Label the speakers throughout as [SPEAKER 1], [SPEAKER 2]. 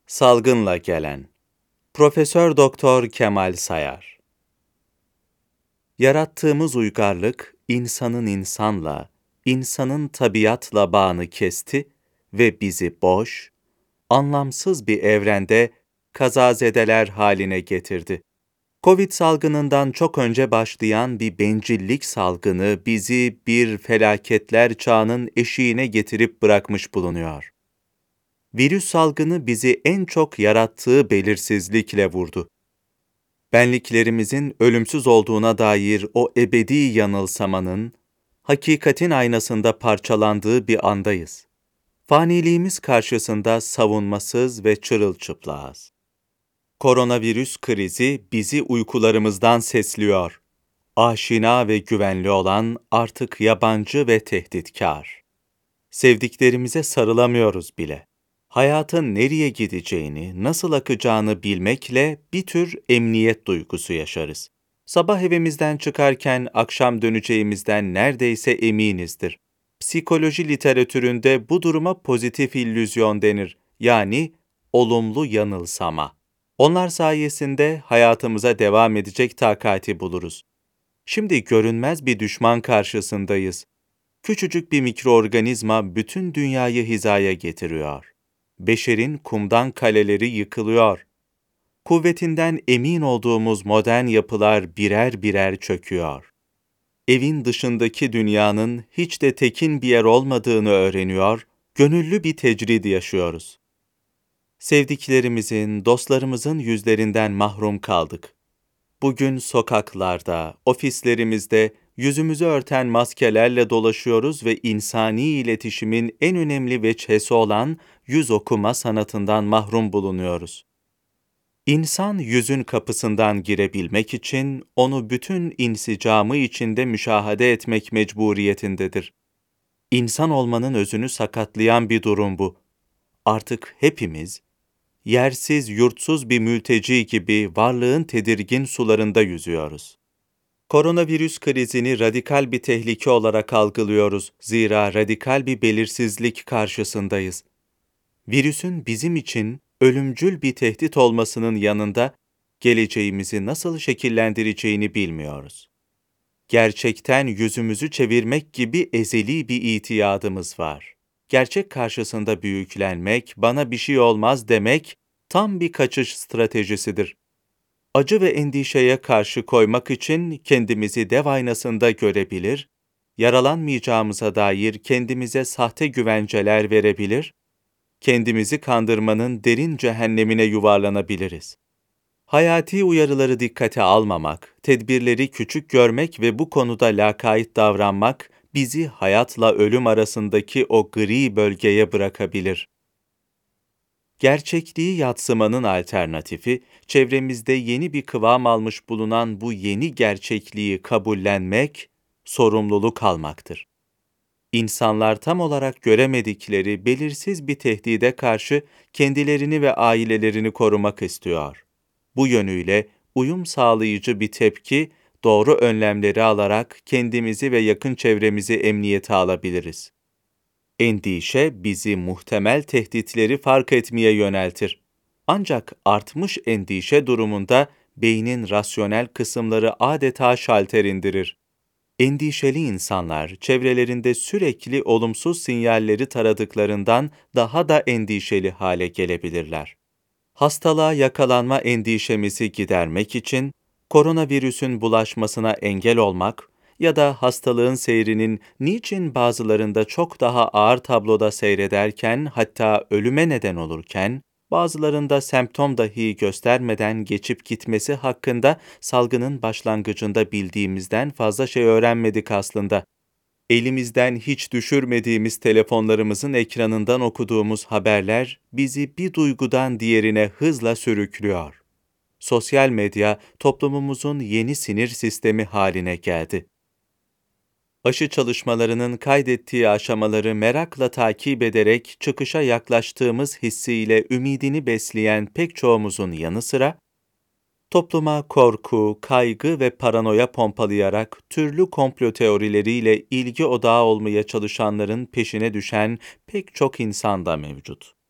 [SPEAKER 1] Salgınla gelen Profesör Doktor Kemal Sayar. Yarattığımız uygarlık insanın insanla, insanın tabiatla bağını kesti ve bizi boş, anlamsız bir evrende kazazedeler haline getirdi. Covid salgınından çok önce başlayan bir bencillik salgını bizi bir felaketler çağının eşiğine getirip bırakmış bulunuyor. Virüs salgını bizi en çok yarattığı belirsizlikle vurdu. Benliklerimizin ölümsüz olduğuna dair o ebedi yanılsamanın, hakikatin aynasında parçalandığı bir andayız. Faniliğimiz karşısında savunmasız ve çırılçıplağız. Koronavirüs krizi bizi uykularımızdan sesliyor. Aşina ve güvenli olan artık yabancı ve tehditkar. Sevdiklerimize sarılamıyoruz bile. Hayatın nereye gideceğini, nasıl akacağını bilmekle bir tür emniyet duygusu yaşarız. Sabah evimizden çıkarken akşam döneceğimizden neredeyse eminizdir. Psikoloji literatüründe bu duruma pozitif illüzyon denir, yani olumlu yanılsama. Onlar sayesinde hayatımıza devam edecek takati buluruz. Şimdi görünmez bir düşman karşısındayız. Küçücük bir mikroorganizma bütün dünyayı hizaya getiriyor. Beşerin kumdan kaleleri yıkılıyor. Kuvvetinden emin olduğumuz modern yapılar birer birer çöküyor. Evin dışındaki dünyanın hiç de tekin bir yer olmadığını öğreniyor, gönüllü bir tecrid yaşıyoruz. Sevdiklerimizin, dostlarımızın yüzlerinden mahrum kaldık. Bugün sokaklarda, ofislerimizde yüzümüzü örten maskelerle dolaşıyoruz ve insani iletişimin en önemli veçhesi olan yüz okuma sanatından mahrum bulunuyoruz. İnsan yüzün kapısından girebilmek için onu bütün insicamı içinde müşahede etmek mecburiyetindedir. İnsan olmanın özünü sakatlayan bir durum bu. Artık hepimiz, yersiz, yurtsuz bir mülteci gibi varlığın tedirgin sularında yüzüyoruz. Koronavirüs krizini radikal bir tehlike olarak algılıyoruz. Zira radikal bir belirsizlik karşısındayız. Virüsün bizim için ölümcül bir tehdit olmasının yanında geleceğimizi nasıl şekillendireceğini bilmiyoruz. Gerçekten yüzümüzü çevirmek gibi ezeli bir itiyadımız var. Gerçek karşısında büyüklenmek, bana bir şey olmaz demek tam bir kaçış stratejisidir. Acı ve endişeye karşı koymak için kendimizi dev aynasında görebilir, yaralanmayacağımıza dair kendimize sahte güvenceler verebilir, kendimizi kandırmanın derin cehennemine yuvarlanabiliriz. Hayati uyarıları dikkate almamak, tedbirleri küçük görmek ve bu konuda lakayt davranmak bizi hayatla ölüm arasındaki o gri bölgeye bırakabilir. Gerçekliği yadsımanın alternatifi, çevremizde yeni bir kıvam almış bulunan bu yeni gerçekliği kabullenmek, sorumluluk almaktır. İnsanlar tam olarak göremedikleri belirsiz bir tehdide karşı kendilerini ve ailelerini korumak istiyor. Bu yönüyle uyum sağlayıcı bir tepki, doğru önlemleri alarak kendimizi ve yakın çevremizi emniyete alabiliriz. Endişe bizi muhtemel tehditleri fark etmeye yöneltir. Ancak artmış endişe durumunda beynin rasyonel kısımları adeta şalter indirir. Endişeli insanlar çevrelerinde sürekli olumsuz sinyalleri taradıklarından daha da endişeli hale gelebilirler. Hastalığa yakalanma endişemizi gidermek için koronavirüsün bulaşmasına engel olmak ya da hastalığın seyrinin niçin bazılarında çok daha ağır tabloda seyrederken hatta ölüme neden olurken, bazılarında semptom dahi göstermeden geçip gitmesi hakkında salgının başlangıcında bildiğimizden fazla şey öğrenmedik aslında. Elimizden hiç düşürmediğimiz telefonlarımızın ekranından okuduğumuz haberler bizi bir duygudan diğerine hızla sürüklüyor. Sosyal medya toplumumuzun yeni sinir sistemi haline geldi. Aşı çalışmalarının kaydettiği aşamaları merakla takip ederek çıkışa yaklaştığımız hissiyle ümidini besleyen pek çoğumuzun yanı sıra, topluma korku, kaygı ve paranoya pompalayarak türlü komplo teorileriyle ilgi odağı olmaya çalışanların peşine düşen pek çok insan da mevcut.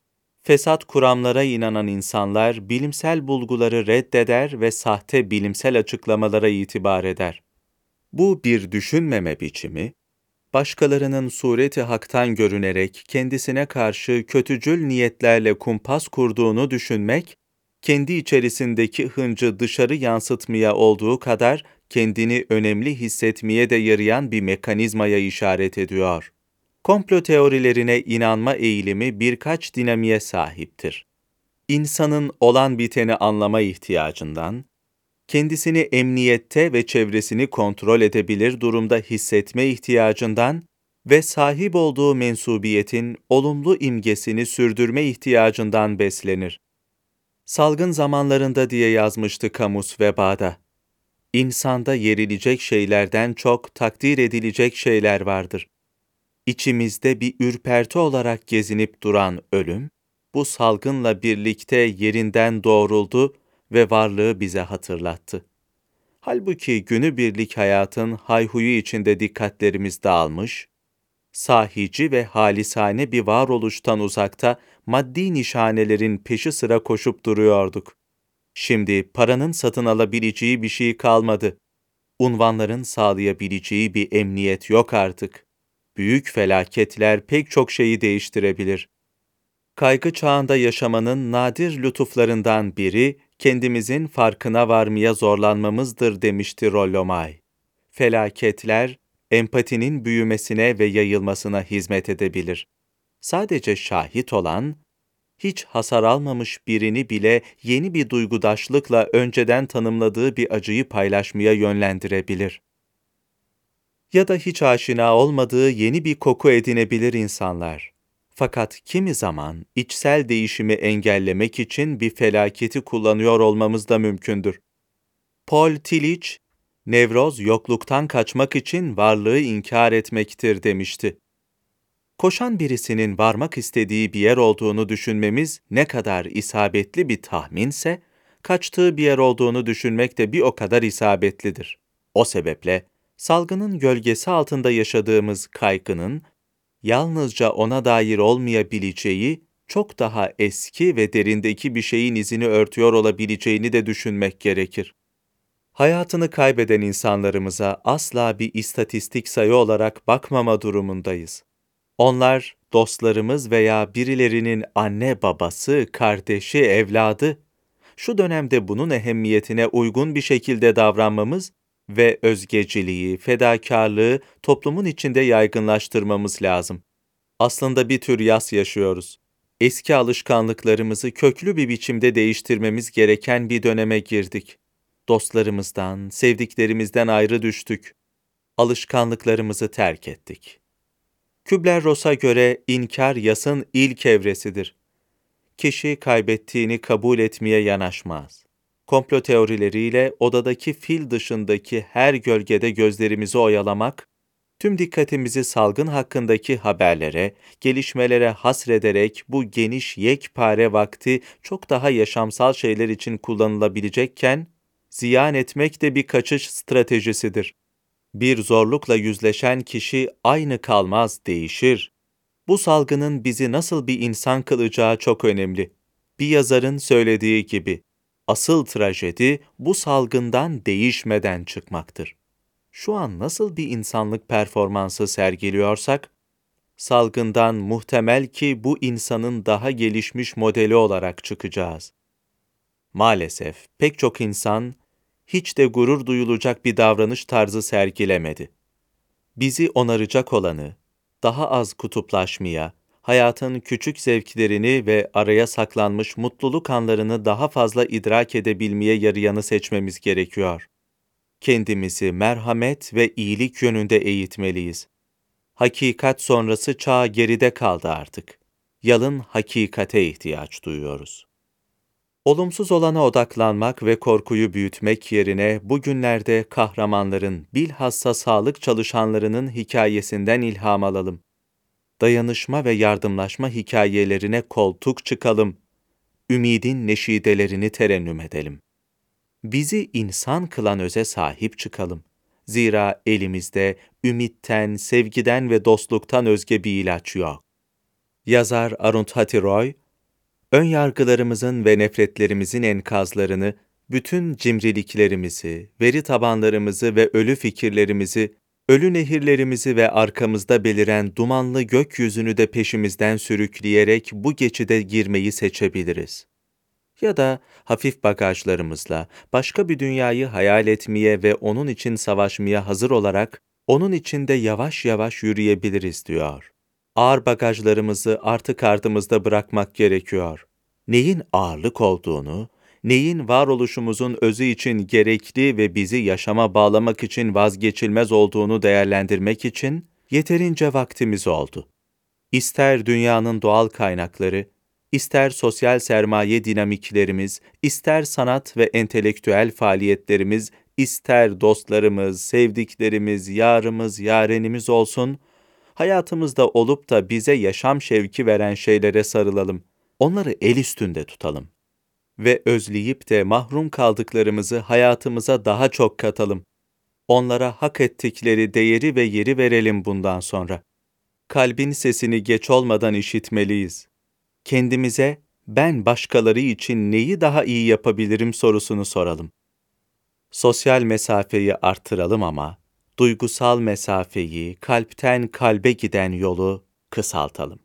[SPEAKER 1] Fesat kuramlara inanan insanlar bilimsel bulguları reddeder ve sahte bilimsel açıklamalara itibar eder. Bu bir düşünmeme biçimi, başkalarının sureti haktan görünerek kendisine karşı kötücül niyetlerle kumpas kurduğunu düşünmek, kendi içerisindeki hıncı dışarı yansıtmaya olduğu kadar kendini önemli hissetmeye de yarayan bir mekanizmaya işaret ediyor. Komplo teorilerine inanma eğilimi birkaç dinamiğe sahiptir. İnsanın olan biteni anlama ihtiyacından, kendisini emniyette ve çevresini kontrol edebilir durumda hissetme ihtiyacından ve sahip olduğu mensubiyetin olumlu imgesini sürdürme ihtiyacından beslenir. Salgın zamanlarında diye yazmıştı Camus Veba'da. İnsanda yerilecek şeylerden çok takdir edilecek şeyler vardır. İçimizde bir ürperti olarak gezinip duran ölüm, bu salgınla birlikte yerinden doğruldu ve varlığı bize hatırlattı. Halbuki günübirlik hayatın hayhuyu içinde dikkatlerimiz dağılmış, sahici ve halisane bir varoluştan uzakta maddi nişanelerin peşi sıra koşup duruyorduk. Şimdi paranın satın alabileceği bir şey kalmadı. Unvanların sağlayabileceği bir emniyet yok artık. Büyük felaketler pek çok şeyi değiştirebilir. Kaygı çağında yaşamanın nadir lütuflarından biri, kendimizin farkına varmaya zorlanmamızdır demişti Rollo May. Felaketler, empatinin büyümesine ve yayılmasına hizmet edebilir. Sadece şahit olan, hiç hasar almamış birini bile yeni bir duygudaşlıkla önceden tanımladığı bir acıyı paylaşmaya yönlendirebilir. Ya da hiç aşina olmadığı yeni bir koku edinebilir insanlar. Fakat kimi zaman içsel değişimi engellemek için bir felaketi kullanıyor olmamız da mümkündür. Paul Tillich, nevroz yokluktan kaçmak için varlığı inkar etmektir demişti. Koşan birisinin varmak istediği bir yer olduğunu düşünmemiz ne kadar isabetli bir tahminse, kaçtığı bir yer olduğunu düşünmek de bir o kadar isabetlidir. O sebeple, salgının gölgesi altında yaşadığımız kaygının, yalnızca ona dair olmayabileceği, çok daha eski ve derindeki bir şeyin izini örtüyor olabileceğini de düşünmek gerekir. Hayatını kaybeden insanlarımıza asla bir istatistik sayı olarak bakmama durumundayız. Onlar, dostlarımız veya birilerinin anne babası, kardeşi, evladı. Şu dönemde bunun ehemmiyetine uygun bir şekilde davranmamız ve özgeciliği, fedakarlığı toplumun içinde yaygınlaştırmamız lazım. Aslında bir tür yas yaşıyoruz. Eski alışkanlıklarımızı köklü bir biçimde değiştirmemiz gereken bir döneme girdik. Dostlarımızdan, sevdiklerimizden ayrı düştük. Alışkanlıklarımızı terk ettik. Kübler-Ross'a göre inkar yasın ilk evresidir. Kişi kaybettiğini kabul etmeye yanaşmaz. Komplo teorileriyle odadaki fil dışındaki her gölgede gözlerimizi oyalamak, tüm dikkatimizi salgın hakkındaki haberlere, gelişmelere hasrederek bu geniş yekpare vakti çok daha yaşamsal şeyler için kullanılabilecekken, ziyan etmek de bir kaçış stratejisidir. Bir zorlukla yüzleşen kişi aynı kalmaz, değişir. Bu salgının bizi nasıl bir insan kılacağı çok önemli. Bir yazarın söylediği gibi, asıl trajedi bu salgından değişmeden çıkmaktır. Şu an nasıl bir insanlık performansı sergiliyorsak, salgından muhtemel ki bu insanın daha gelişmiş modeli olarak çıkacağız. Maalesef pek çok insan, hiç de gurur duyulacak bir davranış tarzı sergilemedi. Bizi onaracak olanı, daha az kutuplaşmaya, hayatın küçük zevklerini ve araya saklanmış mutluluk anlarını daha fazla idrak edebilmeye yarayanı seçmemiz gerekiyor. Kendimizi merhamet ve iyilik yönünde eğitmeliyiz. Hakikat sonrası çağ geride kaldı artık. Yalın hakikate ihtiyaç duyuyoruz. Olumsuz olana odaklanmak ve korkuyu büyütmek yerine bugünlerde kahramanların, bilhassa sağlık çalışanlarının hikayesinden ilham alalım. Dayanışma ve yardımlaşma hikayelerine koltuk çıkalım. Ümidin neşidelerini terennüm edelim. Bizi insan kılan öze sahip çıkalım. Zira elimizde ümitten, sevgiden ve dostluktan özge bir ilaç yok. Yazar Arundhati Roy, ön yargılarımızın ve nefretlerimizin enkazlarını, bütün cimriliklerimizi, veri tabanlarımızı ve ölü fikirlerimizi, ölü nehirlerimizi ve arkamızda beliren dumanlı gökyüzünü de peşimizden sürükleyerek bu geçide girmeyi seçebiliriz. Ya da hafif bagajlarımızla başka bir dünyayı hayal etmeye ve onun için savaşmaya hazır olarak onun içinde yavaş yavaş yürüyebiliriz diyor. Ağır bagajlarımızı artık ardımızda bırakmak gerekiyor. Neyin ağırlık olduğunu, neyin varoluşumuzun özü için gerekli ve bizi yaşama bağlamak için vazgeçilmez olduğunu değerlendirmek için yeterince vaktimiz oldu. İster dünyanın doğal kaynakları, ister sosyal sermaye dinamiklerimiz, ister sanat ve entelektüel faaliyetlerimiz, ister dostlarımız, sevdiklerimiz, yarımız, yarenimiz olsun, hayatımızda olup da bize yaşam şevki veren şeylere sarılalım. Onları el üstünde tutalım. Ve özleyip de mahrum kaldıklarımızı hayatımıza daha çok katalım. Onlara hak ettikleri değeri ve yeri verelim bundan sonra. Kalbin sesini geç olmadan işitmeliyiz. Kendimize, ben başkaları için neyi daha iyi yapabilirim sorusunu soralım. Sosyal mesafeyi artıralım ama, duygusal mesafeyi, kalpten kalbe giden yolu kısaltalım.